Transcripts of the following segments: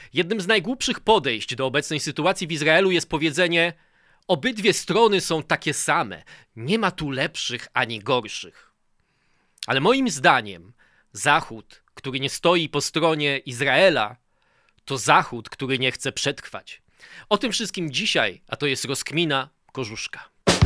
Jednym z najgłupszych podejść do obecnej sytuacji w Izraelu jest powiedzenie: obydwie strony są takie same, nie ma tu lepszych ani gorszych. Ale moim zdaniem Zachód, który nie stoi po stronie Izraela, to Zachód, który nie chce przetrwać. O tym wszystkim dzisiaj, a to jest rozkmina Kożuszka.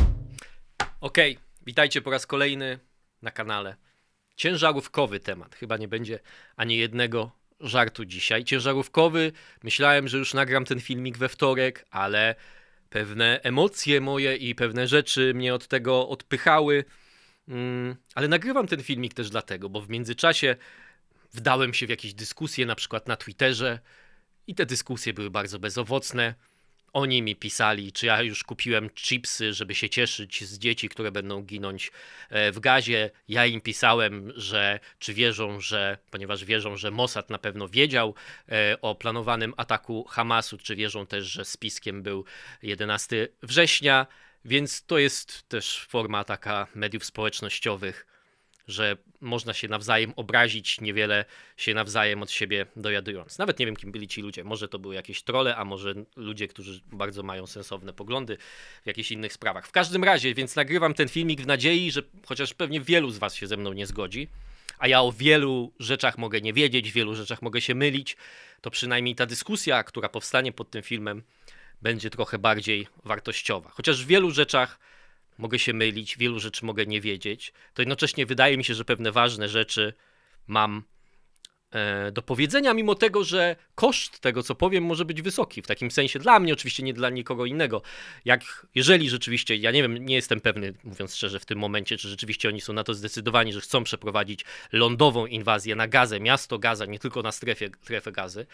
Okej, witajcie po raz kolejny na kanale. Ciężarówkowy temat, chyba nie będzie ani jednego żartu dzisiaj. Ciężarówkowy, myślałem, że już nagram ten filmik we wtorek, ale pewne emocje moje i pewne rzeczy mnie od tego odpychały. Ale nagrywam ten filmik też dlatego, bo w międzyczasie wdałem się w jakieś dyskusje, na przykład na Twitterze, i te dyskusje były bardzo bezowocne. Oni mi pisali, czy ja już kupiłem chipsy, żeby się cieszyć z dzieci, które będą ginąć w gazie. Ja im pisałem, że czy wierzą, ponieważ wierzą, że Mossad na pewno wiedział o planowanym ataku Hamasu, czy wierzą też, że spiskiem był 11 września, więc to jest też forma taka mediów społecznościowych, że można się nawzajem obrazić, niewiele się nawzajem od siebie dowiadując. Nawet nie wiem, kim byli ci ludzie. Może to były jakieś trolle, a może ludzie, którzy bardzo mają sensowne poglądy w jakichś innych sprawach. W każdym razie, więc nagrywam ten filmik w nadziei, że chociaż pewnie wielu z was się ze mną nie zgodzi, a ja o wielu rzeczach mogę nie wiedzieć, w wielu rzeczach mogę się mylić, to przynajmniej ta dyskusja, która powstanie pod tym filmem, będzie trochę bardziej wartościowa. Chociaż w wielu rzeczach mogę się mylić, wielu rzeczy mogę nie wiedzieć, to jednocześnie wydaje mi się, że pewne ważne rzeczy mam do powiedzenia, mimo tego, że koszt tego, co powiem, może być wysoki. W takim sensie dla mnie, oczywiście nie dla nikogo innego. Jeżeli rzeczywiście, ja nie wiem, nie jestem pewny, mówiąc szczerze, w tym momencie, czy rzeczywiście oni są na to zdecydowani, że chcą przeprowadzić lądową inwazję na Gazę, miasto Gaza, nie tylko na strefę Gazy,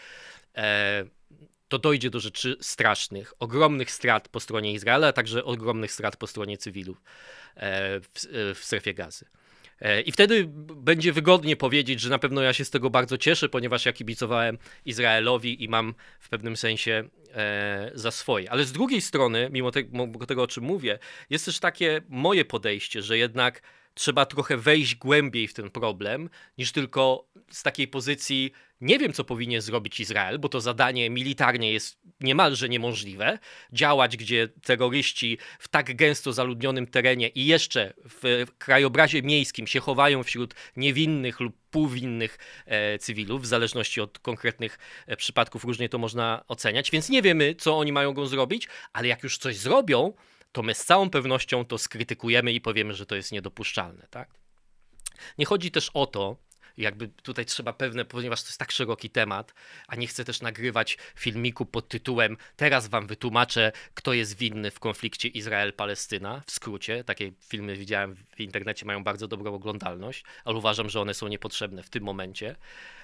to dojdzie do rzeczy strasznych, ogromnych strat po stronie Izraela, a także ogromnych strat po stronie cywilów w strefie Gazy. I wtedy będzie wygodnie powiedzieć, że na pewno ja się z tego bardzo cieszę, ponieważ ja kibicowałem Izraelowi i mam w pewnym sensie za swoje. Ale z drugiej strony, mimo tego, o czym mówię, jest też takie moje podejście, że jednak trzeba trochę wejść głębiej w ten problem, niż tylko z takiej pozycji nie wiem, co powinien zrobić Izrael, bo to zadanie militarnie jest niemalże niemożliwe. Działać, gdzie terroryści w tak gęsto zaludnionym terenie i jeszcze w krajobrazie miejskim się chowają wśród niewinnych lub półwinnych cywilów, w zależności od konkretnych przypadków różnie to można oceniać, więc nie wiemy, co oni mają zrobić, ale jak już coś zrobią, to my z całą pewnością to skrytykujemy i powiemy, że to jest niedopuszczalne, tak? Nie chodzi też o to, jakby tutaj trzeba ponieważ to jest tak szeroki temat, a nie chcę też nagrywać filmiku pod tytułem teraz wam wytłumaczę, kto jest winny w konflikcie Izrael-Palestyna, w skrócie. Takie filmy widziałem w internecie, mają bardzo dobrą oglądalność, ale uważam, że one są niepotrzebne w tym momencie.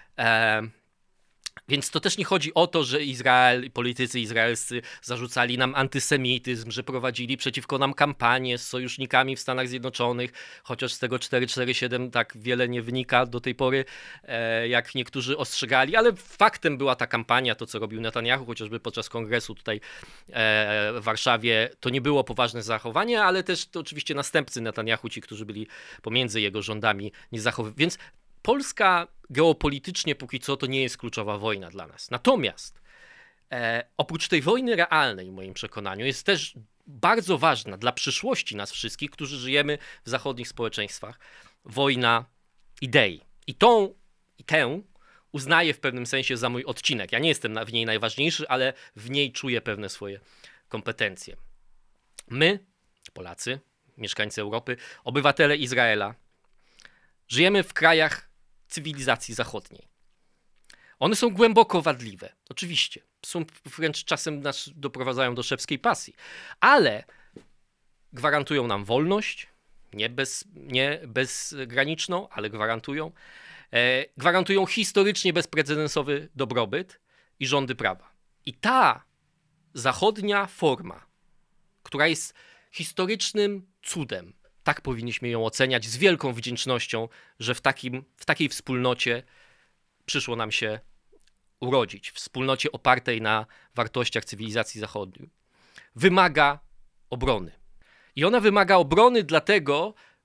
Więc to też nie chodzi o to, że Izrael i politycy izraelscy zarzucali nam antysemityzm, że prowadzili przeciwko nam kampanię z sojusznikami w Stanach Zjednoczonych, chociaż z tego 447 tak wiele nie wynika do tej pory, jak niektórzy ostrzegali, ale faktem była ta kampania, to co robił Netanyahu, chociażby podczas kongresu tutaj w Warszawie, to nie było poważne zachowanie, ale też to oczywiście następcy Netanyahu, ci, którzy byli pomiędzy jego rządami, nie zachowywali. Więc Polska geopolitycznie póki co to nie jest kluczowa wojna dla nas. Natomiast oprócz tej wojny realnej, w moim przekonaniu, jest też bardzo ważna dla przyszłości nas wszystkich, którzy żyjemy w zachodnich społeczeństwach, wojna idei. I tę uznaję w pewnym sensie za mój odcinek. Ja nie jestem w niej najważniejszy, ale w niej czuję pewne swoje kompetencje. My, Polacy, mieszkańcy Europy, obywatele Izraela, żyjemy w krajach cywilizacji zachodniej. One są głęboko wadliwe, oczywiście. Są wręcz czasem nas doprowadzają do szewskiej pasji, ale gwarantują nam wolność, nie bezgraniczną, ale gwarantują. Gwarantują historycznie bezprecedensowy dobrobyt i rządy prawa. I ta zachodnia forma, która jest historycznym cudem, tak powinniśmy ją oceniać z wielką wdzięcznością, że w takiej wspólnocie przyszło nam się urodzić, wspólnocie opartej na wartościach cywilizacji zachodniej, wymaga obrony. I ona wymaga obrony dlatego,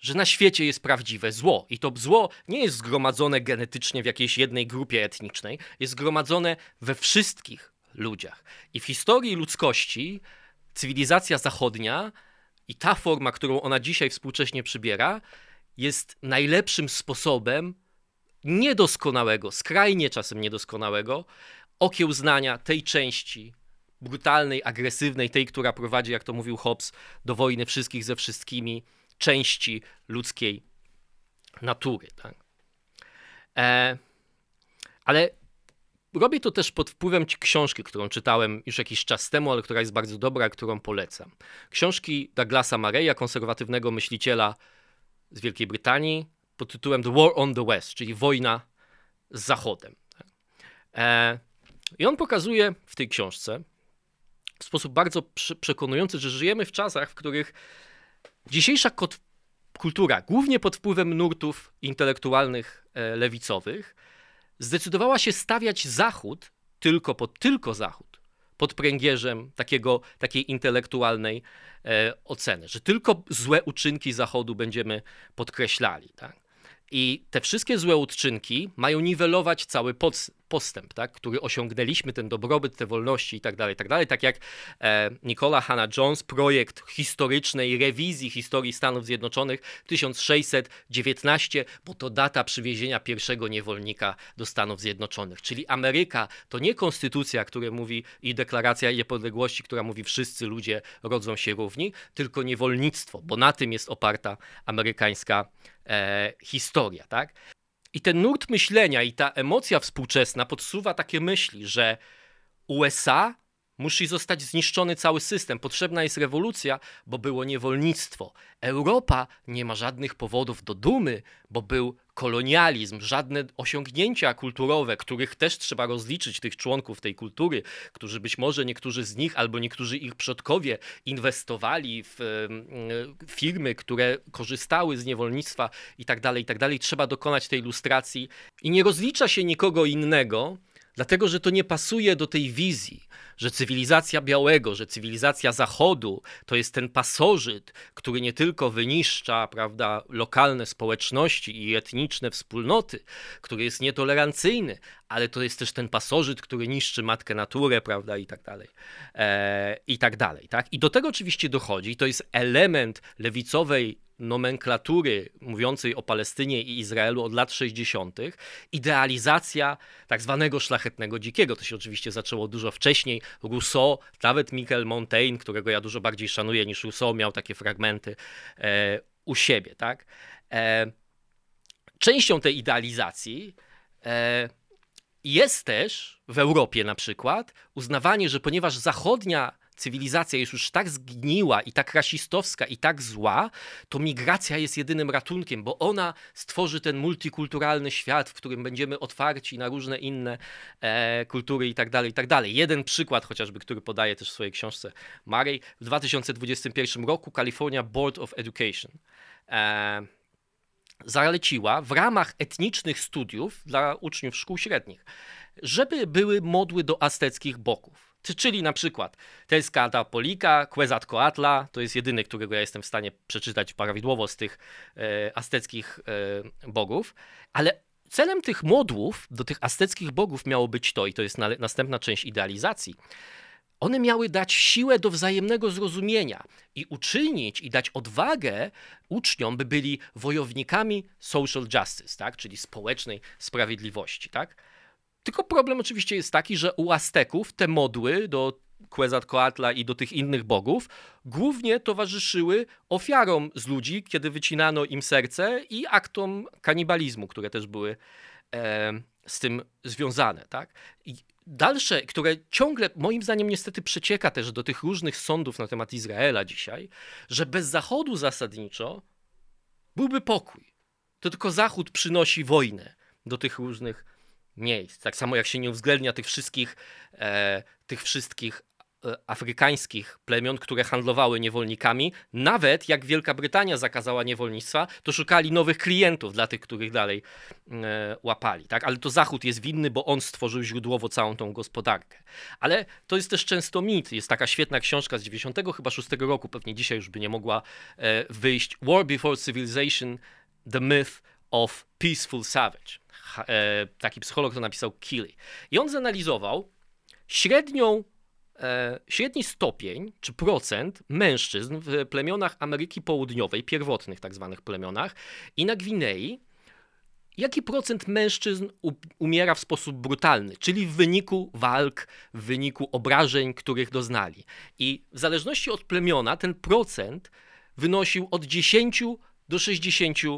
że na świecie jest prawdziwe zło i to zło nie jest zgromadzone genetycznie w jakiejś jednej grupie etnicznej, jest zgromadzone we wszystkich ludziach. I w historii ludzkości cywilizacja zachodnia i ta forma, którą ona dzisiaj współcześnie przybiera, jest najlepszym sposobem niedoskonałego, skrajnie czasem niedoskonałego okiełznania tej części brutalnej, agresywnej, tej, która prowadzi, jak to mówił Hobbes, do wojny wszystkich ze wszystkimi, części ludzkiej natury. Tak? Ale robię to też pod wpływem książki, którą czytałem już jakiś czas temu, ale która jest bardzo dobra, którą polecam. Książki Douglasa Murraya, konserwatywnego myśliciela z Wielkiej Brytanii, pod tytułem The War on the West, czyli wojna z Zachodem. I on pokazuje w tej książce w sposób bardzo przekonujący, że żyjemy w czasach, w których dzisiejsza kultura, głównie pod wpływem nurtów intelektualnych lewicowych, zdecydowała się stawiać Zachód, tylko Zachód, pod pręgierzem takiej intelektualnej oceny, że tylko złe uczynki Zachodu będziemy podkreślali. Tak? I te wszystkie złe uczynki mają niwelować cały postęp, tak? Który osiągnęliśmy, ten dobrobyt, te wolności i tak dalej, tak jak Nicola Hannah-Jones, projekt historycznej rewizji historii Stanów Zjednoczonych 1619, bo to data przywiezienia pierwszego niewolnika do Stanów Zjednoczonych. Czyli Ameryka to nie konstytucja, która mówi, i deklaracja niepodległości, która mówi wszyscy ludzie rodzą się równi, tylko niewolnictwo, bo na tym jest oparta amerykańska historia, tak? I ten nurt myślenia i ta emocja współczesna podsuwa takie myśli, że USA musi zostać zniszczony cały system, potrzebna jest rewolucja, bo było niewolnictwo. Europa nie ma żadnych powodów do dumy, bo był kolonializm, żadne osiągnięcia kulturowe, których też trzeba rozliczyć, tych członków tej kultury, którzy być może niektórzy z nich albo niektórzy ich przodkowie inwestowali w firmy, które korzystały z niewolnictwa i tak dalej. Trzeba dokonać tej lustracji i nie rozlicza się nikogo innego, dlatego, że to nie pasuje do tej wizji, że cywilizacja białego, że cywilizacja Zachodu to jest ten pasożyt, który nie tylko wyniszcza, prawda, lokalne społeczności i etniczne wspólnoty, który jest nietolerancyjny, ale to jest też ten pasożyt, który niszczy matkę naturę, prawda, i tak dalej. Tak? I do tego oczywiście dochodzi, to jest element lewicowej nomenklatury mówiącej o Palestynie i Izraelu od lat 60. idealizacja tak zwanego szlachetnego dzikiego. To się oczywiście zaczęło dużo wcześniej. Rousseau, nawet Michel Montaigne, którego ja dużo bardziej szanuję niż Rousseau, miał takie fragmenty u siebie. Tak? Częścią tej idealizacji jest też w Europie na przykład uznawanie, że ponieważ zachodnia cywilizacja jest już tak zgniła i tak rasistowska i tak zła, to migracja jest jedynym ratunkiem, bo ona stworzy ten multikulturalny świat, w którym będziemy otwarci na różne inne kultury i tak dalej. Jeden przykład chociażby, który podaje też w swojej książce Murray, w 2021 roku California Board of Education zaleciła w ramach etnicznych studiów dla uczniów szkół średnich, żeby były modły do azteckich bogów. Czyli na przykład Tezcatlipoca, Quetzalcoatla, to jest jedyny, którego ja jestem w stanie przeczytać prawidłowo z tych azteckich bogów, ale celem tych modłów do tych azteckich bogów miało być to, i to jest następna część idealizacji, one miały dać siłę do wzajemnego zrozumienia i uczynić i dać odwagę uczniom, by byli wojownikami social justice, tak? Czyli społecznej sprawiedliwości. Tak? Tylko problem oczywiście jest taki, że u Azteków te modły do Quetzalcoatla i do tych innych bogów głównie towarzyszyły ofiarom z ludzi, kiedy wycinano im serce, i aktom kanibalizmu, które też były z tym związane. Tak? I dalsze, które ciągle moim zdaniem niestety przecieka też do tych różnych sądów na temat Izraela dzisiaj, że bez Zachodu zasadniczo byłby pokój. To tylko Zachód przynosi wojnę do tych różnych miejsc. Tak samo jak się nie uwzględnia tych wszystkich afrykańskich plemion, które handlowały niewolnikami. Nawet jak Wielka Brytania zakazała niewolnictwa, to szukali nowych klientów dla tych, których dalej łapali. Tak? Ale to Zachód jest winny, bo on stworzył źródłowo całą tą gospodarkę. Ale to jest też często mit. Jest taka świetna książka z 96 roku, pewnie dzisiaj już by nie mogła wyjść. War Before Civilization, The Myth of Peaceful Savage. Taki psycholog to napisał Keeley. I on zanalizował średni stopień czy procent mężczyzn w plemionach Ameryki Południowej, pierwotnych tak zwanych plemionach i na Gwinei, jaki procent mężczyzn umiera w sposób brutalny, czyli w wyniku walk, w wyniku obrażeń, których doznali. I w zależności od plemiona ten procent wynosił od 10 do 60%.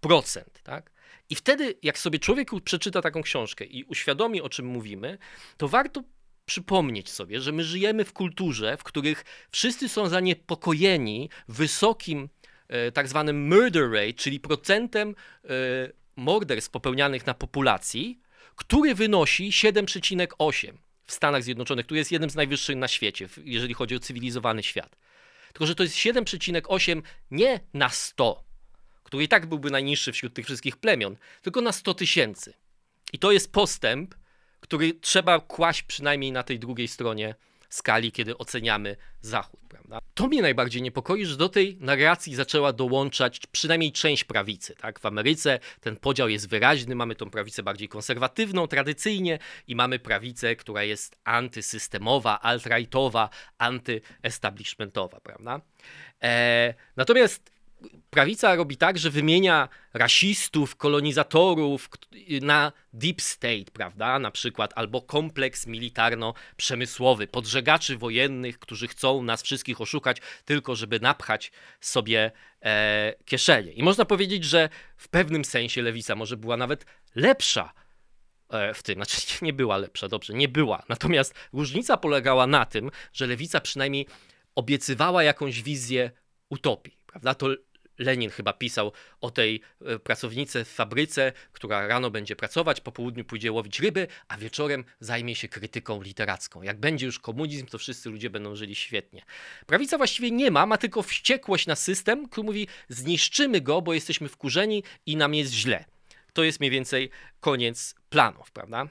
Tak? I wtedy, jak sobie człowiek przeczyta taką książkę i uświadomi, o czym mówimy, to warto przypomnieć sobie, że my żyjemy w kulturze, w których wszyscy są zaniepokojeni wysokim tak zwanym murder rate, czyli procentem morderstw popełnianych na populacji, który wynosi 7,8 w Stanach Zjednoczonych, który jest jednym z najwyższych na świecie, jeżeli chodzi o cywilizowany świat. Tylko że to jest 7,8 nie na 100, który i tak byłby najniższy wśród tych wszystkich plemion, tylko na 100 000. I to jest postęp, który trzeba kłaść przynajmniej na tej drugiej stronie skali, kiedy oceniamy Zachód. Prawda? To mnie najbardziej niepokoi, że do tej narracji zaczęła dołączać przynajmniej część prawicy. Tak? W Ameryce ten podział jest wyraźny, mamy tą prawicę bardziej konserwatywną, tradycyjnie i mamy prawicę, która jest antysystemowa, alt-rightowa, antyestablishmentowa. Prawda? Natomiast prawica robi tak, że wymienia rasistów, kolonizatorów na deep state, prawda, na przykład, albo kompleks militarno-przemysłowy, podżegaczy wojennych, którzy chcą nas wszystkich oszukać tylko, żeby napchać sobie kieszenie. I można powiedzieć, że w pewnym sensie lewica może była nawet lepsza w tym, znaczy nie była lepsza, dobrze, nie była. Natomiast różnica polegała na tym, że lewica przynajmniej obiecywała jakąś wizję utopii, prawda, to Lenin chyba pisał o tej pracownicy w fabryce, która rano będzie pracować, po południu pójdzie łowić ryby, a wieczorem zajmie się krytyką literacką. Jak będzie już komunizm, to wszyscy ludzie będą żyli świetnie. Prawica właściwie nie ma tylko wściekłość na system, który mówi zniszczymy go, bo jesteśmy wkurzeni i nam jest źle. To jest mniej więcej koniec planów, prawda?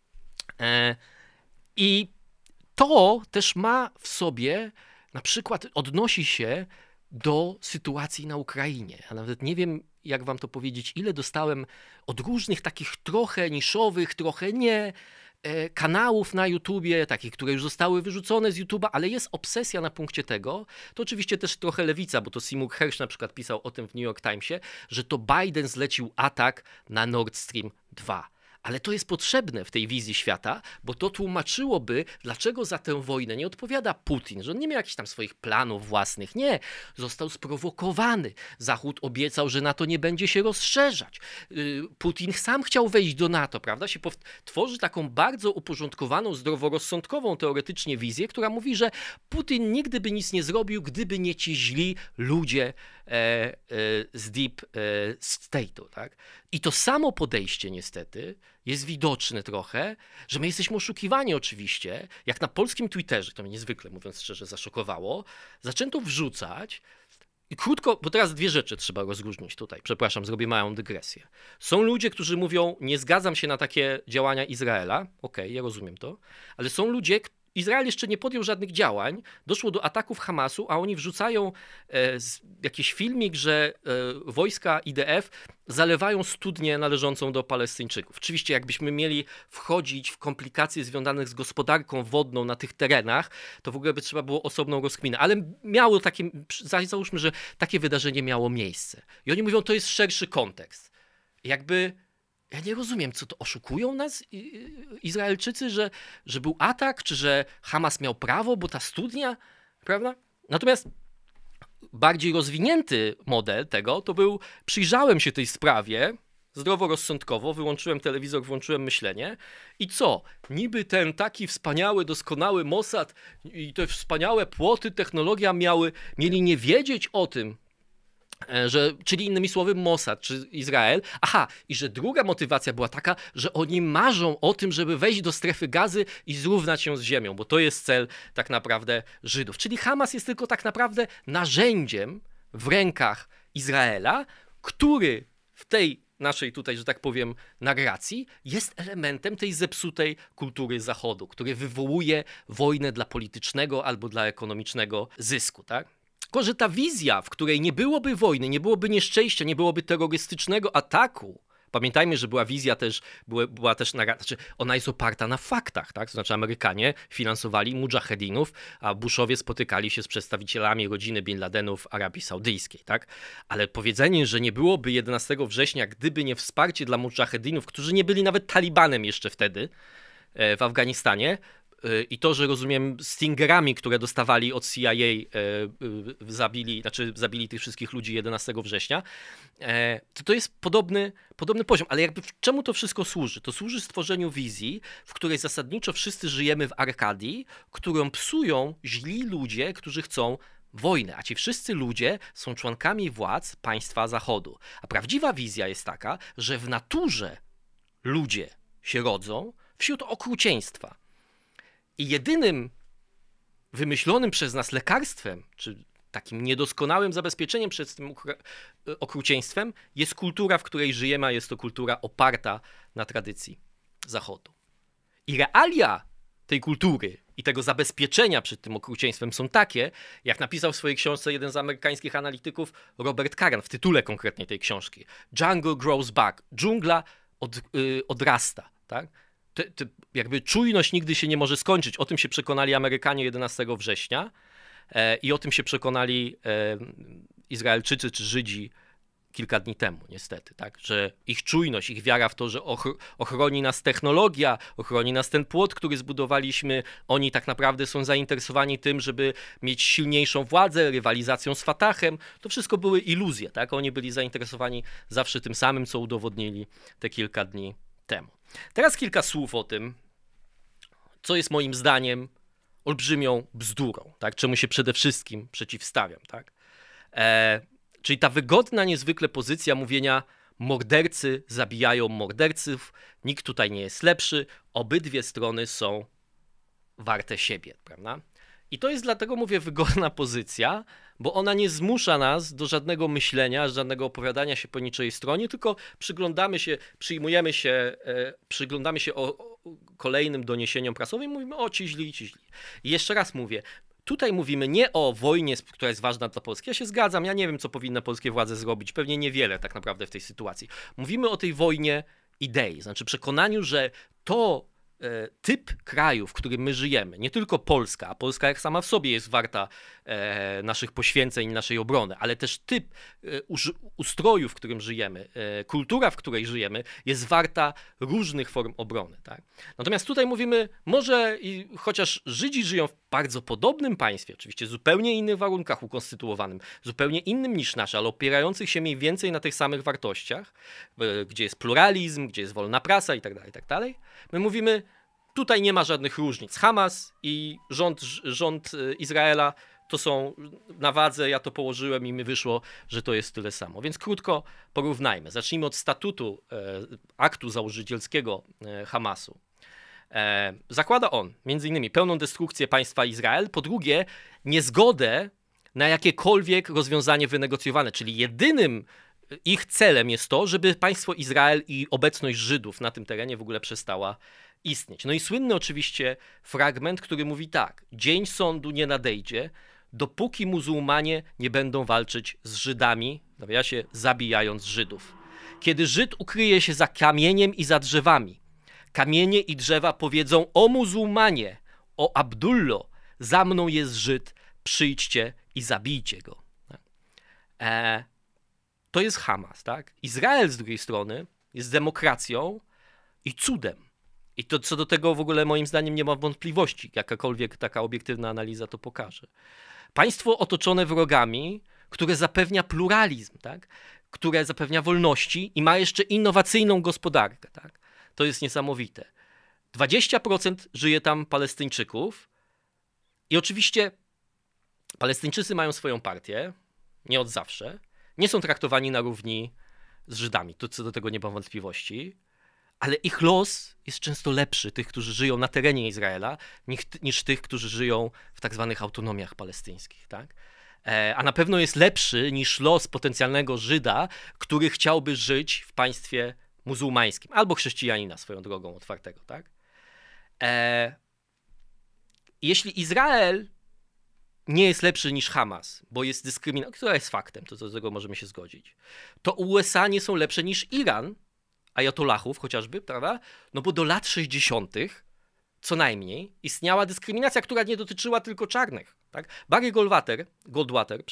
I to też ma w sobie, na przykład odnosi się do sytuacji na Ukrainie. Ja nawet nie wiem, jak wam to powiedzieć, ile dostałem od różnych takich trochę niszowych, trochę nie kanałów na YouTubie, takich, które już zostały wyrzucone z YouTube'a, ale jest obsesja na punkcie tego, to oczywiście też trochę lewica, bo to Seymour Hersh na przykład pisał o tym w New York Timesie, że to Biden zlecił atak na Nord Stream 2. Ale to jest potrzebne w tej wizji świata, bo to tłumaczyłoby, dlaczego za tę wojnę nie odpowiada Putin, że on nie miał jakichś tam swoich planów własnych. Nie, został sprowokowany. Zachód obiecał, że NATO nie będzie się rozszerzać. Putin sam chciał wejść do NATO, prawda? Się tworzy taką bardzo uporządkowaną, zdroworozsądkową teoretycznie wizję, która mówi, że Putin nigdy by nic nie zrobił, gdyby nie ci źli ludzie z Deep State'u, tak? I to samo podejście niestety jest widoczne trochę, że my jesteśmy oszukiwani oczywiście, jak na polskim Twitterze, to mnie niezwykle, mówiąc szczerze, zaszokowało, zaczęto wrzucać i krótko, bo teraz dwie rzeczy trzeba rozróżnić tutaj, przepraszam, zrobię małą dygresję. Są ludzie, którzy mówią, nie zgadzam się na takie działania Izraela, okej, ja rozumiem to, ale są ludzie, Izrael jeszcze nie podjął żadnych działań, doszło do ataków Hamasu, a oni wrzucają jakiś filmik, że wojska IDF zalewają studnię należącą do Palestyńczyków. Oczywiście jakbyśmy mieli wchodzić w komplikacje związane z gospodarką wodną na tych terenach, to w ogóle by trzeba było osobną rozkminę. Ale miało takie, załóżmy, że takie wydarzenie miało miejsce. I oni mówią, to jest szerszy kontekst. Jakby ja nie rozumiem, co to oszukują nas Izraelczycy, że był atak, czy że Hamas miał prawo, bo ta studnia, prawda? Natomiast bardziej rozwinięty model tego to był, przyjrzałem się tej sprawie zdroworozsądkowo, wyłączyłem telewizor, włączyłem myślenie i co? Niby ten taki wspaniały, doskonały Mossad i te wspaniałe płoty, technologia mieli nie wiedzieć o tym, czyli innymi słowy Mossad czy Izrael. Aha, i że druga motywacja była taka, że oni marzą o tym, żeby wejść do strefy Gazy i zrównać się z ziemią, bo to jest cel tak naprawdę Żydów. Czyli Hamas jest tylko tak naprawdę narzędziem w rękach Izraela, który w tej naszej tutaj, że tak powiem, narracji jest elementem tej zepsutej kultury Zachodu, który wywołuje wojnę dla politycznego albo dla ekonomicznego zysku, tak? Tylko że ta wizja, w której nie byłoby wojny, nie byłoby nieszczęścia, nie byłoby terrorystycznego ataku, pamiętajmy, że była wizja też, była też znaczy ona jest oparta na faktach, tak? To znaczy Amerykanie finansowali mudżahedinów, a Bushowie spotykali się z przedstawicielami rodziny Bin Ladenów w Arabii Saudyjskiej, tak? Ale powiedzenie, że nie byłoby 11 września, gdyby nie wsparcie dla mudżahedinów, którzy nie byli nawet Talibanem jeszcze wtedy w Afganistanie, i to, że rozumiem, Stingerami, które dostawali od CIA, zabili tych wszystkich ludzi 11 września, to jest podobny poziom. Ale jakby czemu to wszystko służy? To służy stworzeniu wizji, w której zasadniczo wszyscy żyjemy w Arkadii, którą psują źli ludzie, którzy chcą wojnę, a ci wszyscy ludzie są członkami władz państwa Zachodu. A prawdziwa wizja jest taka, że w naturze ludzie się rodzą wśród okrucieństwa. I jedynym wymyślonym przez nas lekarstwem, czy takim niedoskonałym zabezpieczeniem przed tym okrucieństwem jest kultura, w której żyjemy, a jest to kultura oparta na tradycji Zachodu. I realia tej kultury i tego zabezpieczenia przed tym okrucieństwem są takie, jak napisał w swojej książce jeden z amerykańskich analityków, Robert Kagan, w tytule konkretnie tej książki. Jungle grows back. Dżungla odrasta, tak? Jakby czujność nigdy się nie może skończyć. O tym się przekonali Amerykanie 11 września i o tym się przekonali Izraelczycy czy Żydzi kilka dni temu, niestety, tak? Że ich czujność, ich wiara w to, że ochroni nas technologia, ochroni nas ten płot, który zbudowaliśmy, oni tak naprawdę są zainteresowani tym, żeby mieć silniejszą władzę, rywalizacją z Fatahem, to wszystko były iluzje, tak? Oni byli zainteresowani zawsze tym samym, co udowodnili te kilka dni temu. Teraz kilka słów o tym, co jest moim zdaniem olbrzymią bzdurą, tak? Czemu się przede wszystkim przeciwstawiam. Tak? Czyli ta wygodna niezwykle pozycja mówienia mordercy zabijają morderców, nikt tutaj nie jest lepszy, obydwie strony są warte siebie, prawda? I to jest dlatego, mówię, wygodna pozycja, bo ona nie zmusza nas do żadnego myślenia, żadnego opowiadania się po niczyjej stronie, tylko przyglądamy się kolejnym doniesieniom prasowym i mówimy, o ci źli. I jeszcze raz mówię, tutaj mówimy nie o wojnie, która jest ważna dla Polski. Ja się zgadzam, ja nie wiem, co powinny polskie władze zrobić. Pewnie niewiele tak naprawdę w tej sytuacji. Mówimy o tej wojnie idei, znaczy przekonaniu, że to typ kraju, w którym my żyjemy, nie tylko Polska, a Polska jak sama w sobie jest warta naszych poświęceń i naszej obrony, ale też typ ustroju, w którym żyjemy, kultura, w której żyjemy, jest warta różnych form obrony. Tak? Natomiast tutaj mówimy, chociaż Żydzi żyją w bardzo podobnym państwie, oczywiście zupełnie innych warunkach ukonstytuowanym, zupełnie innym niż nasze, ale opierających się mniej więcej na tych samych wartościach, gdzie jest pluralizm, gdzie jest wolna prasa i tak dalej, my mówimy, tutaj nie ma żadnych różnic. Hamas i rząd Izraela to są na wadze, ja to położyłem i mi wyszło, że to jest tyle samo. Więc krótko porównajmy. Zacznijmy od statutu, aktu założycielskiego Hamasu. Zakłada on m.in. pełną destrukcję państwa Izrael, po drugie niezgodę na jakiekolwiek rozwiązanie wynegocjowane, czyli jedynym ich celem jest to, żeby państwo Izrael i obecność Żydów na tym terenie w ogóle przestała istnieć. No i słynny oczywiście fragment, który mówi tak: dzień sądu nie nadejdzie, dopóki muzułmanie nie będą walczyć z Żydami, w nawiasie zabijając Żydów. Kiedy Żyd ukryje się za kamieniem i za drzewami, kamienie i drzewa powiedzą: o muzułmanie, o Abdullo, za mną jest Żyd, przyjdźcie i zabijcie go. To jest Hamas, tak? Izrael z drugiej strony jest demokracją i cudem. I to co do tego w ogóle moim zdaniem nie ma wątpliwości. Jakakolwiek taka obiektywna analiza to pokaże. Państwo otoczone wrogami, które zapewnia pluralizm, tak? Które zapewnia wolności i ma jeszcze innowacyjną gospodarkę. Tak? To jest niesamowite. 20% żyje tam Palestyńczyków i oczywiście Palestyńczycy mają swoją partię, nie od zawsze, nie są traktowani na równi z Żydami, to co do tego nie mam wątpliwości, ale ich los jest często lepszy, tych, którzy żyją na terenie Izraela, niż tych, którzy żyją w tak zwanych autonomiach palestyńskich, tak? A na pewno jest lepszy niż los potencjalnego Żyda, który chciałby żyć w państwie muzułmańskim, albo chrześcijanina swoją drogą otwartego, tak? Jeśli Izrael nie jest lepszy niż Hamas, bo jest dyskryminacja, która jest faktem, to do tego możemy się zgodzić, to USA nie są lepsze niż Iran, ajatollahów chociażby, prawda? No bo do lat 60. co najmniej istniała dyskryminacja, która nie dotyczyła tylko czarnych, tak? Barry Goldwater,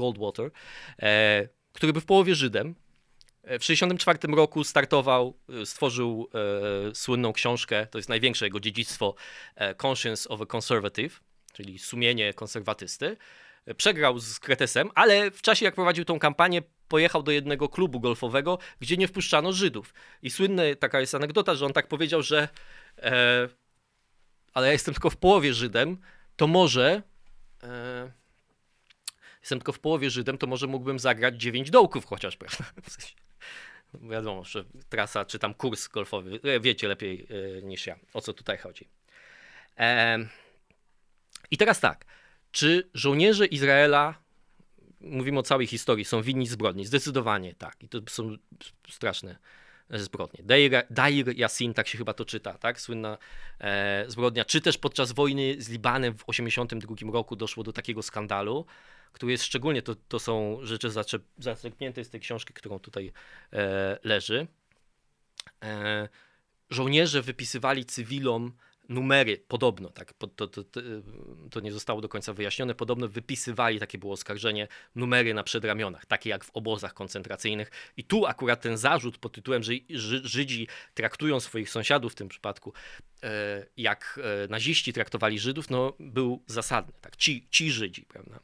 który był w połowie Żydem, w 1964 roku stworzył słynną książkę, to jest największe jego dziedzictwo, Conscience of a Conservative, czyli sumienie konserwatysty. Przegrał z Kretesem, ale w czasie jak prowadził tą kampanię, pojechał do jednego klubu golfowego, gdzie nie wpuszczano Żydów. I taka jest anegdota, że on tak powiedział, że ale ja jestem tylko w połowie Żydem, to może mógłbym zagrać 9 dołków chociaż, prawda? W sensie, wiadomo, że trasa czy tam kurs golfowy, wiecie lepiej niż ja, o co tutaj chodzi. I teraz tak, czy żołnierze Izraela, mówimy o całej historii, są winni zbrodni? Zdecydowanie tak. I to są straszne zbrodnie. Deir Yassin, tak się chyba to czyta, tak? Słynna zbrodnia. Czy też podczas wojny z Libanem w 1982 roku doszło do takiego skandalu, który jest szczególnie, to są rzeczy zaczerpnięte z tej książki, którą tutaj leży. Żołnierze wypisywali cywilom numery, podobno, tak, to nie zostało do końca wyjaśnione, podobno wypisywali, takie było oskarżenie, numery na przedramionach, takie jak w obozach koncentracyjnych. I tu akurat ten zarzut pod tytułem, że Żydzi traktują swoich sąsiadów w tym przypadku, jak naziści traktowali Żydów, no był zasadny, tak, ci Żydzi, prawda.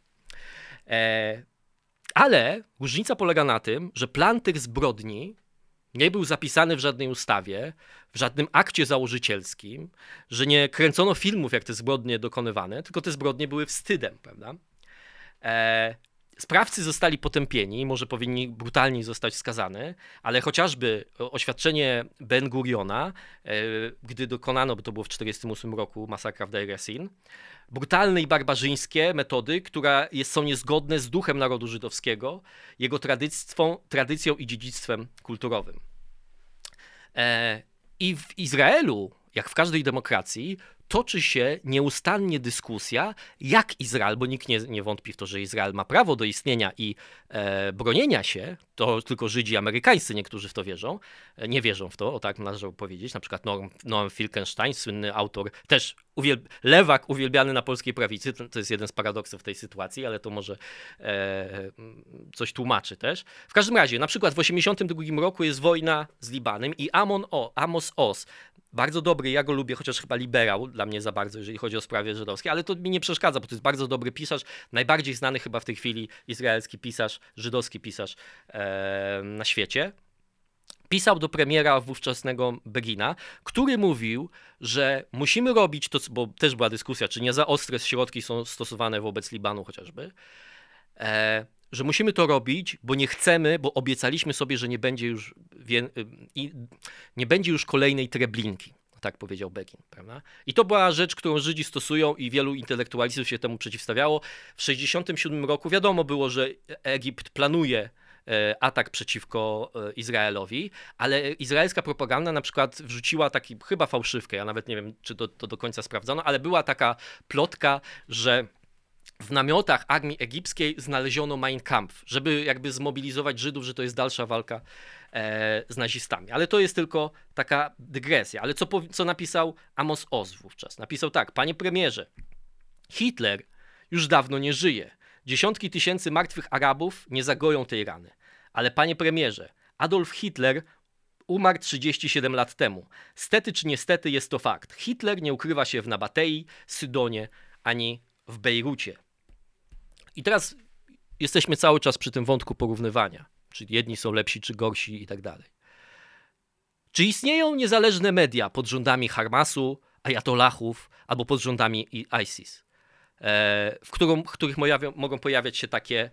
Ale różnica polega na tym, że plan tych zbrodni nie był zapisany w żadnej ustawie, w żadnym akcie założycielskim, że nie kręcono filmów, jak te zbrodnie dokonywane, tylko te zbrodnie były wstydem, prawda? Sprawcy zostali potępieni, może powinni brutalniej zostać skazane, ale chociażby oświadczenie Ben Guriona, gdy dokonano, bo to było w 1948 roku, masakra w Deir Yassin, brutalne i barbarzyńskie metody, które są niezgodne z duchem narodu żydowskiego, jego tradycją i dziedzictwem kulturowym. I w Izraelu, jak w każdej demokracji, toczy się nieustannie dyskusja, jak Izrael, bo nikt nie wątpi w to, że Izrael ma prawo do istnienia i bronienia się, to tylko Żydzi amerykańscy niektórzy w to wierzą, nie wierzą w to, o tak należy powiedzieć, na przykład Noam Finkelstein, słynny autor, też lewak uwielbiany na polskiej prawicy, to jest jeden z paradoksów tej sytuacji, ale to może coś tłumaczy też. W każdym razie, na przykład w 1982 roku jest wojna z Libanem i Amos Oz, bardzo dobry, ja go lubię, chociaż chyba liberał dla mnie za bardzo, jeżeli chodzi o sprawy żydowskie, ale to mi nie przeszkadza, bo to jest bardzo dobry pisarz, najbardziej znany chyba w tej chwili izraelski pisarz, żydowski pisarz na świecie. Pisał do premiera wówczasnego Begina, który mówił, że musimy robić to, bo też była dyskusja, czy nie za ostre środki są stosowane wobec Libanu chociażby, że musimy to robić, bo nie chcemy, bo obiecaliśmy sobie, że nie będzie już kolejnej Treblinki. Tak powiedział Begin, prawda? I to była rzecz, którą Żydzi stosują i wielu intelektualistów się temu przeciwstawiało. W 1967 roku wiadomo było, że Egipt planuje atak przeciwko Izraelowi, ale izraelska propaganda na przykład wrzuciła taki chyba fałszywkę, ja nawet nie wiem, czy to do końca sprawdzono, ale była taka plotka, że w namiotach armii egipskiej znaleziono Mein Kampf, żeby jakby zmobilizować Żydów, że to jest dalsza walka z nazistami. Ale to jest tylko taka dygresja. Ale co napisał Amos Oz wówczas? Napisał tak: panie premierze, Hitler już dawno nie żyje. Dziesiątki tysięcy martwych Arabów nie zagoją tej rany. Ale panie premierze, Adolf Hitler umarł 37 lat temu. Stety czy niestety jest to fakt. Hitler nie ukrywa się w Nabatei, Sydonie ani w Bejrucie. I teraz jesteśmy cały czas przy tym wątku porównywania. Czy jedni są lepsi, czy gorsi i tak dalej. Czy istnieją niezależne media pod rządami Hamasu, ajatollahów albo pod rządami ISIS, w których mogą pojawiać się takie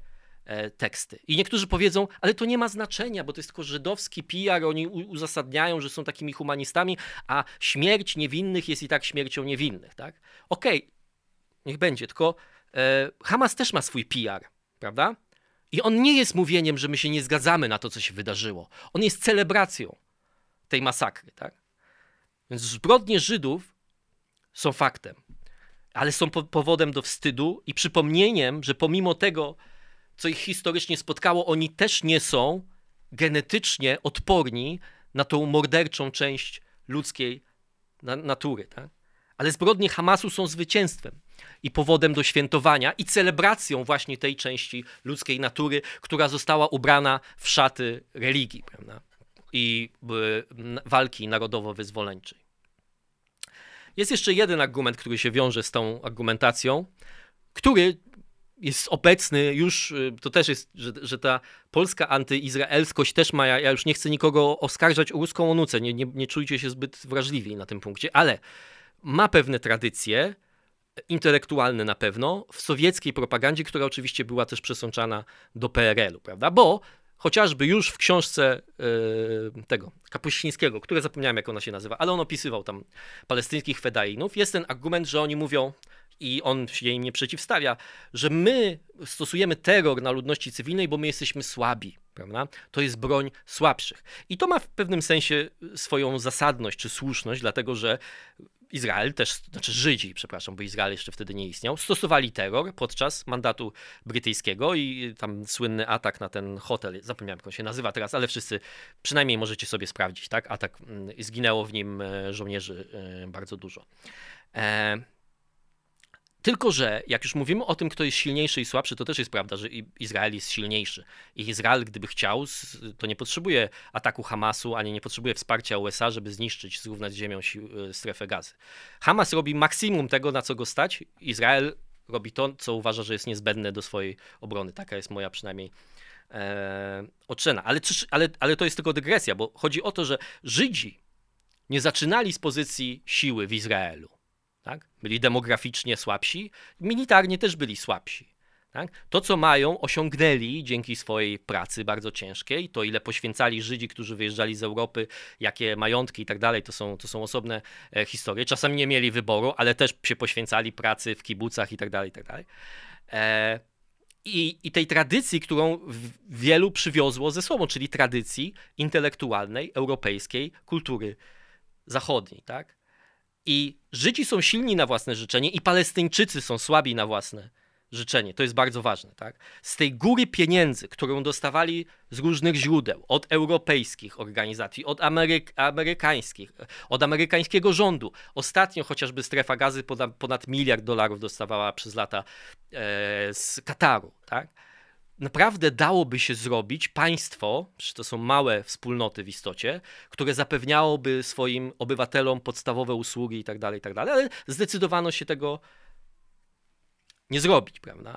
teksty. I niektórzy powiedzą, ale to nie ma znaczenia, bo to jest tylko żydowski PR, oni uzasadniają, że są takimi humanistami, a śmierć niewinnych jest i tak śmiercią niewinnych. Tak? Okej, niech będzie, tylko Hamas też ma swój PR, prawda? I on nie jest mówieniem, że my się nie zgadzamy na to, co się wydarzyło. On jest celebracją tej masakry. Tak? Więc zbrodnie Żydów są faktem, ale są powodem do wstydu i przypomnieniem, że pomimo tego, co ich historycznie spotkało, oni też nie są genetycznie odporni na tą morderczą część ludzkiej natury. Tak? Ale zbrodnie Hamasu są zwycięstwem i powodem do świętowania i celebracją właśnie tej części ludzkiej natury, która została ubrana w szaty religii, prawda? I walki narodowo-wyzwoleńczej. Jest jeszcze jeden argument, który się wiąże z tą argumentacją, który jest obecny już, to też jest, że ta polska antyizraelskość też ma, ja już nie chcę nikogo oskarżać o ruską onucę, nie czujcie się zbyt wrażliwi na tym punkcie, ale ma pewne tradycje, intelektualne na pewno, w sowieckiej propagandzie, która oczywiście była też przesączana do PRL-u, prawda? Bo chociażby już w książce tego Kapuścińskiego, które zapomniałem, jak ona się nazywa, ale on opisywał tam palestyńskich fedainów, jest ten argument, że oni mówią, i on się im nie przeciwstawia, że my stosujemy terror na ludności cywilnej, bo my jesteśmy słabi, prawda? To jest broń słabszych. I to ma w pewnym sensie swoją zasadność czy słuszność, dlatego że Izrael też, znaczy Żydzi, przepraszam, bo Izrael jeszcze wtedy nie istniał, stosowali terror podczas mandatu brytyjskiego i tam słynny atak na ten hotel, zapomniałem jak on się nazywa teraz, ale wszyscy przynajmniej możecie sobie sprawdzić, tak? Atak, zginęło w nim żołnierzy bardzo dużo. Tylko że jak już mówimy o tym, kto jest silniejszy i słabszy, to też jest prawda, że Izrael jest silniejszy. I Izrael, gdyby chciał, to nie potrzebuje ataku Hamasu, ani nie potrzebuje wsparcia USA, żeby zniszczyć, zrównać z ziemią strefę Gazy. Hamas robi maksimum tego, na co go stać. Izrael robi to, co uważa, że jest niezbędne do swojej obrony. Taka jest moja przynajmniej ocena. Ale to jest tylko dygresja, bo chodzi o to, że Żydzi nie zaczynali z pozycji siły w Izraelu. Tak? Byli demograficznie słabsi, militarnie też byli słabsi. Tak? To, co mają, osiągnęli dzięki swojej pracy bardzo ciężkiej, to ile poświęcali Żydzi, którzy wyjeżdżali z Europy, jakie majątki i tak dalej, to są osobne historie. Czasami nie mieli wyboru, ale też się poświęcali pracy w kibucach i tak dalej, i tak dalej. I tej tradycji, którą wielu przywiozło ze sobą, czyli tradycji intelektualnej, europejskiej, kultury zachodniej. Tak? I Żydzi są silni na własne życzenie i Palestyńczycy są słabi na własne życzenie. To jest bardzo ważne. Tak? Z tej góry pieniędzy, którą dostawali z różnych źródeł, od europejskich organizacji, od amerykańskich, od amerykańskiego rządu. Ostatnio chociażby strefa Gazy ponad $1 miliard dostawała przez lata z Kataru. Tak? Naprawdę dałoby się zrobić państwo, przecież to są małe wspólnoty w istocie, które zapewniałoby swoim obywatelom podstawowe usługi i tak dalej, ale zdecydowano się tego nie zrobić, prawda?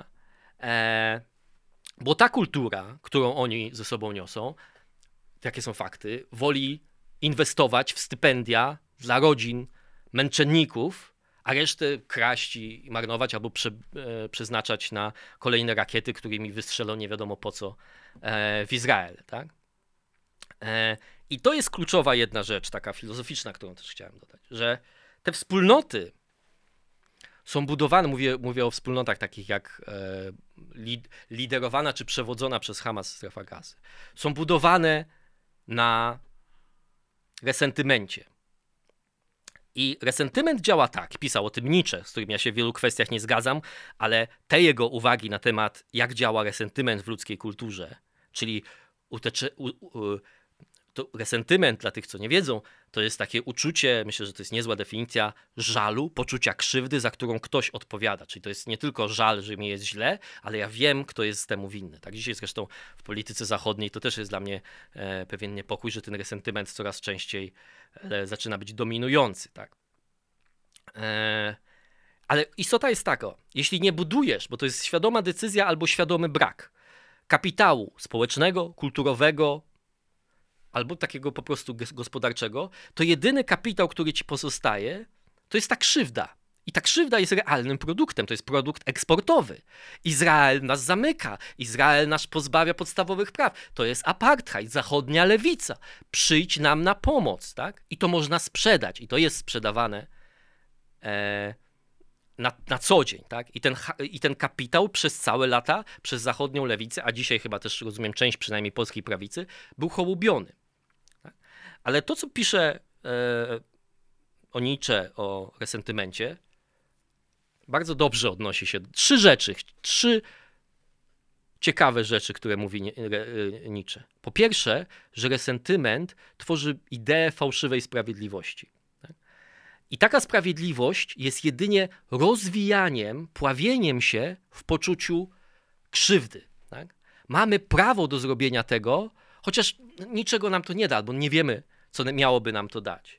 Bo ta kultura, którą oni ze sobą niosą, jakie są fakty, woli inwestować w stypendia dla rodzin męczenników, a resztę kraść i marnować albo przeznaczać na kolejne rakiety, którymi wystrzelą nie wiadomo po co w Izrael. Tak? I to jest kluczowa jedna rzecz, taka filozoficzna, którą też chciałem dodać, że te wspólnoty są budowane, mówię o wspólnotach takich jak liderowana czy przewodzona przez Hamas strefa Gazy, są budowane na resentymencie. I resentyment działa tak, pisał o tym Nietzsche, z którym ja się w wielu kwestiach nie zgadzam, ale te jego uwagi na temat, jak działa resentyment w ludzkiej kulturze, czyli to resentyment, dla tych, co nie wiedzą, to jest takie uczucie, myślę, że to jest niezła definicja, żalu, poczucia krzywdy, za którą ktoś odpowiada. Czyli to jest nie tylko żal, że mi jest źle, ale ja wiem, kto jest temu winny. Tak dzisiaj zresztą w polityce zachodniej to też jest dla mnie pewien niepokój, że ten resentyment coraz częściej zaczyna być dominujący. Tak? Ale istota jest taka, jeśli nie budujesz, bo to jest świadoma decyzja albo świadomy brak kapitału społecznego, kulturowego, albo takiego po prostu gospodarczego, to jedyny kapitał, który ci pozostaje, to jest ta krzywda. I ta krzywda jest realnym produktem, to jest produkt eksportowy. Izrael nas zamyka, Izrael nas pozbawia podstawowych praw. To jest apartheid, zachodnia lewica. Przyjdź nam na pomoc, tak? I to można sprzedać i to jest sprzedawane na co dzień, tak? I ten kapitał przez całe lata, przez zachodnią lewicę, a dzisiaj chyba też rozumiem część przynajmniej polskiej prawicy, był hołubiony. Tak? Ale to, co pisze o Nietzsche, o resentymencie, bardzo dobrze odnosi się. Trzy ciekawe rzeczy, które mówi Nietzsche. Po pierwsze, że resentyment tworzy ideę fałszywej sprawiedliwości. Tak? I taka sprawiedliwość jest jedynie rozwijaniem, pławieniem się w poczuciu krzywdy. Tak? Mamy prawo do zrobienia tego, chociaż niczego nam to nie da, bo nie wiemy, co miałoby nam to dać.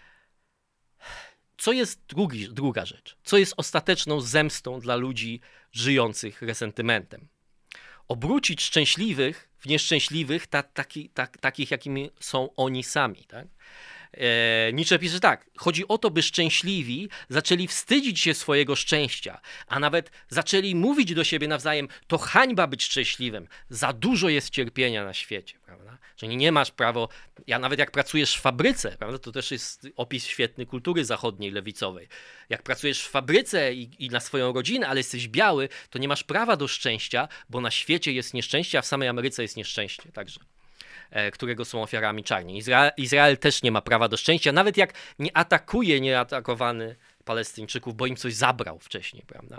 Co jest druga rzecz? Co jest ostateczną zemstą dla ludzi żyjących resentymentem? Obrócić szczęśliwych w nieszczęśliwych, takich, jakimi są oni sami. Tak? Nietzsche pisze tak, chodzi o to, by szczęśliwi zaczęli wstydzić się swojego szczęścia, a nawet zaczęli mówić do siebie nawzajem, to hańba być szczęśliwym, za dużo jest cierpienia na świecie, prawda? Czyli nie masz prawa, nawet jak pracujesz w fabryce, prawda? To też jest opis świetny kultury zachodniej, lewicowej. Jak pracujesz w fabryce i na swoją rodzinę, ale jesteś biały, to nie masz prawa do szczęścia, bo na świecie jest nieszczęście, a w samej Ameryce jest nieszczęście także, którego są ofiarami czarni. Izrael też nie ma prawa do szczęścia, nawet jak nie atakuje nieatakowany Palestyńczyków, bo im coś zabrał wcześniej, prawda?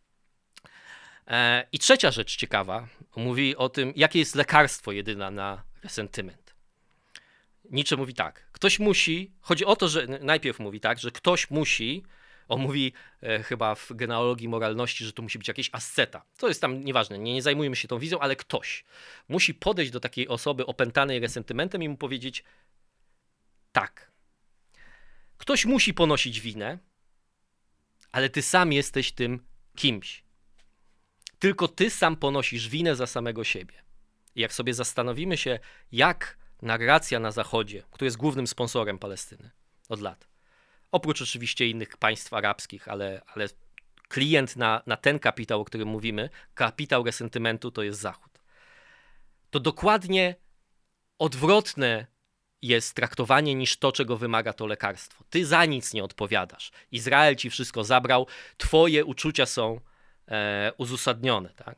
I trzecia rzecz ciekawa, mówi o tym, jakie jest lekarstwo jedyne na resentyment. Nietzsche mówi tak, ktoś musi, chodzi o to, że najpierw mówi tak, że ktoś musi, on mówi chyba w genealogii moralności, że to musi być jakiś asceta. To jest tam nieważne, nie zajmujemy się tą wizją, ale ktoś musi podejść do takiej osoby opętanej resentymentem i mu powiedzieć tak. Ktoś musi ponosić winę, ale ty sam jesteś tym kimś. Tylko ty sam ponosisz winę za samego siebie. I jak sobie zastanowimy się, jak narracja na Zachodzie, który jest głównym sponsorem Palestyny od lat, oprócz oczywiście innych państw arabskich, ale klient na ten kapitał, o którym mówimy, kapitał resentymentu, to jest Zachód. To dokładnie odwrotne jest traktowanie niż to, czego wymaga to lekarstwo. Ty za nic nie odpowiadasz. Izrael ci wszystko zabrał, twoje uczucia są uzasadnione. Tak?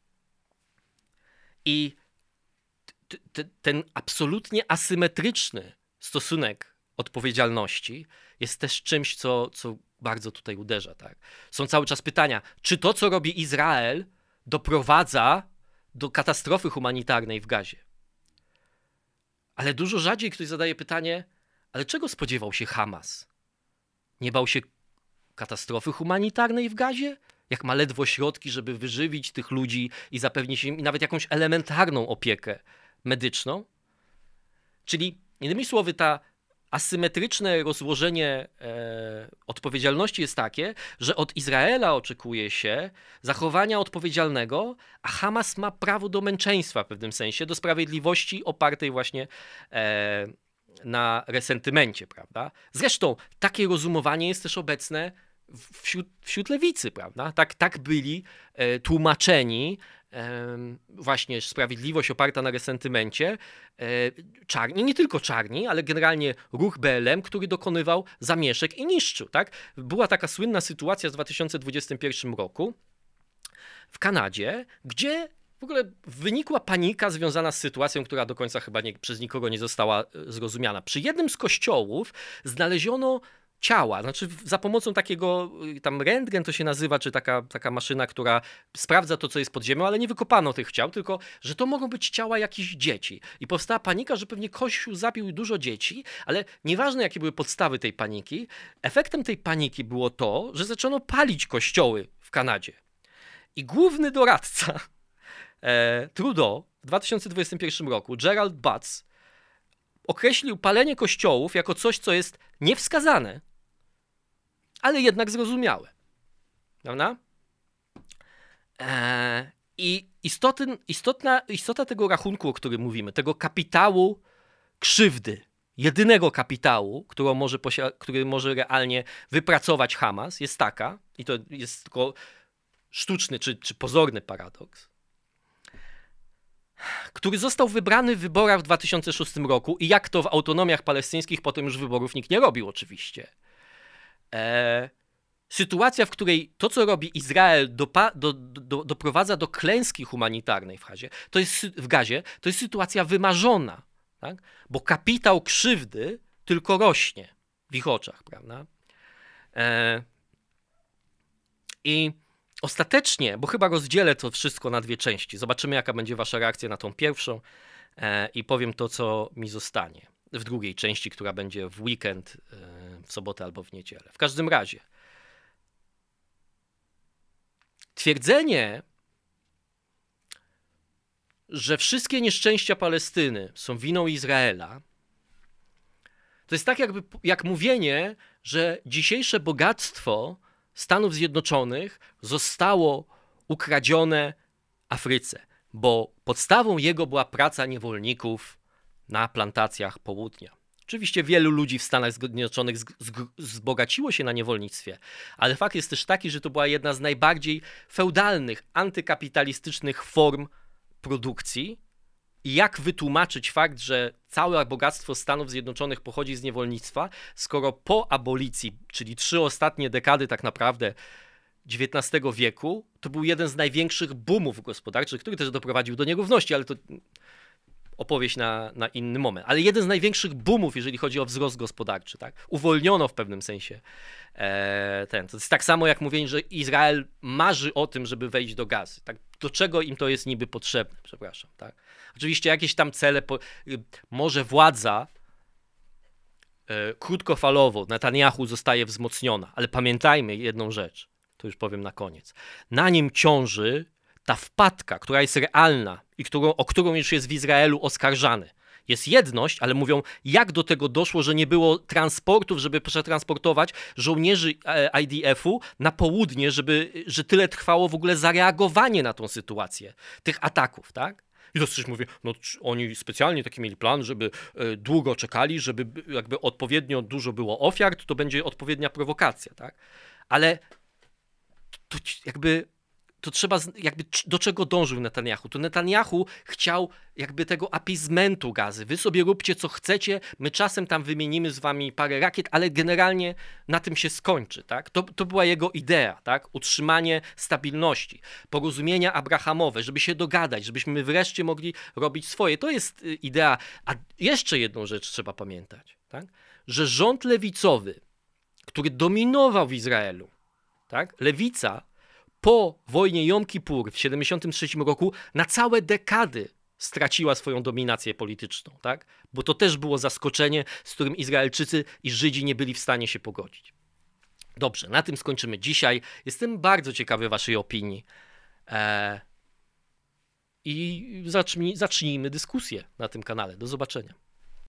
I ten absolutnie asymetryczny stosunek odpowiedzialności jest też czymś, co bardzo tutaj uderza. Tak? Są cały czas pytania, czy to, co robi Izrael, doprowadza do katastrofy humanitarnej w Gazie. Ale dużo rzadziej ktoś zadaje pytanie, ale czego spodziewał się Hamas? Nie bał się katastrofy humanitarnej w Gazie? Jak ma ledwo środki, żeby wyżywić tych ludzi i zapewnić im nawet jakąś elementarną opiekę medyczną? Czyli innymi słowy, ta asymetryczne rozłożenie odpowiedzialności jest takie, że od Izraela oczekuje się zachowania odpowiedzialnego, a Hamas ma prawo do męczeństwa w pewnym sensie, do sprawiedliwości opartej właśnie na resentymencie, prawda? Zresztą takie rozumowanie jest też obecne wśród lewicy, prawda? Tak byli tłumaczeni właśnie sprawiedliwość oparta na resentymencie, czarni, nie tylko czarni, ale generalnie ruch BLM, który dokonywał zamieszek i niszczył. Tak? Była taka słynna sytuacja w 2021 roku w Kanadzie, gdzie w ogóle wynikła panika związana z sytuacją, która do końca chyba przez nikogo nie została zrozumiana. Przy jednym z kościołów znaleziono ciała, znaczy za pomocą takiego, tam rentgen to się nazywa, czy taka maszyna, która sprawdza to, co jest pod ziemią, ale nie wykopano tych ciał, tylko, że to mogą być ciała jakichś dzieci. I powstała panika, że pewnie Kościół zabił dużo dzieci, ale nieważne, jakie były podstawy tej paniki, efektem tej paniki było to, że zaczęto palić kościoły w Kanadzie. I główny doradca Trudeau w 2021 roku, Gerald Butts, określił palenie kościołów jako coś, co jest niewskazane, ale jednak zrozumiałe. Prawda? I istota tego rachunku, o którym mówimy, tego kapitału krzywdy, jedynego kapitału, który może realnie wypracować Hamas, jest taka, i to jest tylko sztuczny czy pozorny paradoks, który został wybrany w wyborach w 2006 roku i jak to w autonomiach palestyńskich potem już wyborów nikt nie robił oczywiście. Sytuacja, w której to, co robi Izrael, doprowadza do klęski humanitarnej w Gazie, to jest sytuacja wymarzona, tak? Bo kapitał krzywdy tylko rośnie w ich oczach, prawda? I ostatecznie, bo chyba rozdzielę to wszystko na dwie części, zobaczymy, jaka będzie wasza reakcja na tą pierwszą i powiem to, co mi zostanie w drugiej części, która będzie w weekend, w sobotę albo w niedzielę. W każdym razie, twierdzenie, że wszystkie nieszczęścia Palestyny są winą Izraela, to jest tak jak mówienie, że dzisiejsze bogactwo Stanów Zjednoczonych zostało ukradzione Afryce, bo podstawą jego była praca niewolników na plantacjach południa. Oczywiście wielu ludzi w Stanach Zjednoczonych wzbogaciło się na niewolnictwie, ale fakt jest też taki, że to była jedna z najbardziej feudalnych, antykapitalistycznych form produkcji. I jak wytłumaczyć fakt, że całe bogactwo Stanów Zjednoczonych pochodzi z niewolnictwa, skoro po abolicji, czyli 3 ostatnie dekady tak naprawdę XIX wieku, to był jeden z największych boomów gospodarczych, który też doprowadził do nierówności, ale to opowieść na inny moment. Ale jeden z największych boomów, jeżeli chodzi o wzrost gospodarczy. Tak? Uwolniono w pewnym sensie To jest tak samo jak mówienie, że Izrael marzy o tym, żeby wejść do Gazy. Tak? Do czego im to jest niby potrzebne? Przepraszam. Tak? Oczywiście jakieś tam cele, może władza krótkofalowo Netanyahu zostaje wzmocniona, ale pamiętajmy jedną rzecz, to już powiem na koniec. Na nim ciąży ta wpadka, która jest realna i o którą już jest w Izraelu oskarżany. Jest jedność, ale mówią, jak do tego doszło, że nie było transportów, żeby przetransportować żołnierzy IDF-u na południe, że tyle trwało w ogóle zareagowanie na tą sytuację, tych ataków, tak? I to coś mówię, no oni specjalnie taki mieli plan, żeby długo czekali, żeby jakby odpowiednio dużo było ofiar, to będzie odpowiednia prowokacja, tak? Ale to jakby to trzeba, jakby do czego dążył Netanyahu? To Netanyahu chciał jakby tego appeasementu Gazy. Wy sobie róbcie co chcecie, my czasem tam wymienimy z wami parę rakiet, ale generalnie na tym się skończy, tak? To była jego idea, tak? Utrzymanie stabilności, porozumienia abrahamowe, żeby się dogadać, żebyśmy wreszcie mogli robić swoje. To jest idea. A jeszcze jedną rzecz trzeba pamiętać, tak? Że rząd lewicowy, który dominował w Izraelu, tak? Lewica po wojnie Jom Kippur w 1973 roku na całe dekady straciła swoją dominację polityczną, tak? Bo to też było zaskoczenie, z którym Izraelczycy i Żydzi nie byli w stanie się pogodzić. Dobrze, na tym skończymy dzisiaj. Jestem bardzo ciekawy waszej opinii. I zacznijmy dyskusję na tym kanale. Do zobaczenia.